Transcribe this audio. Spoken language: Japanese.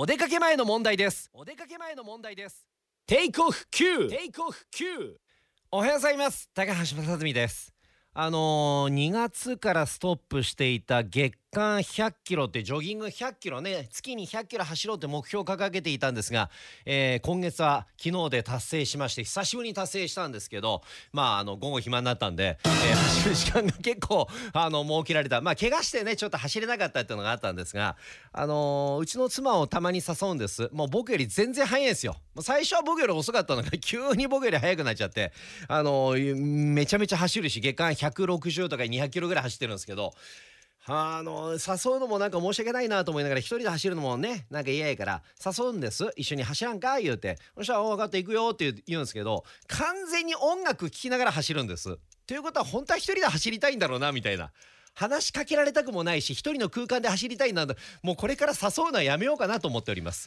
出かけ前の問題です。お出かけ前の問題です。テイクオフ Q。 テイクオフ Q。 おはようございます。高橋正澄です。2月からストップしていた月間100キロってジョギング100キロね、月に100キロ走ろうって目標を掲げていたんですが、今月は昨日で達成しまして、久しぶりに達成したんですけど、午後暇になったんで、走る時間が結構設けられた。怪我してねちょっと走れなかったっていうのがあったんですが、うちの妻をたまに誘うんです。もう僕より全然早いんですよ。最初は僕より遅かったのが急に僕より速くなっちゃって、めちゃめちゃ走るし、月間160とか200キロぐらい走ってるんですけど、誘うのもなんか申し訳ないなと思いながら、一人で走るのもねなんか嫌やから誘うんです。一緒に走らんか言うて、そしたら分かって行くよって言うんですけど、完全に音楽聴きながら走るんです。ということは本当は一人で走りたいんだろうなみたいな。話しかけられたくもないし、一人の空間で走りたいんだ。もうこれから誘うのはやめようかなと思っております。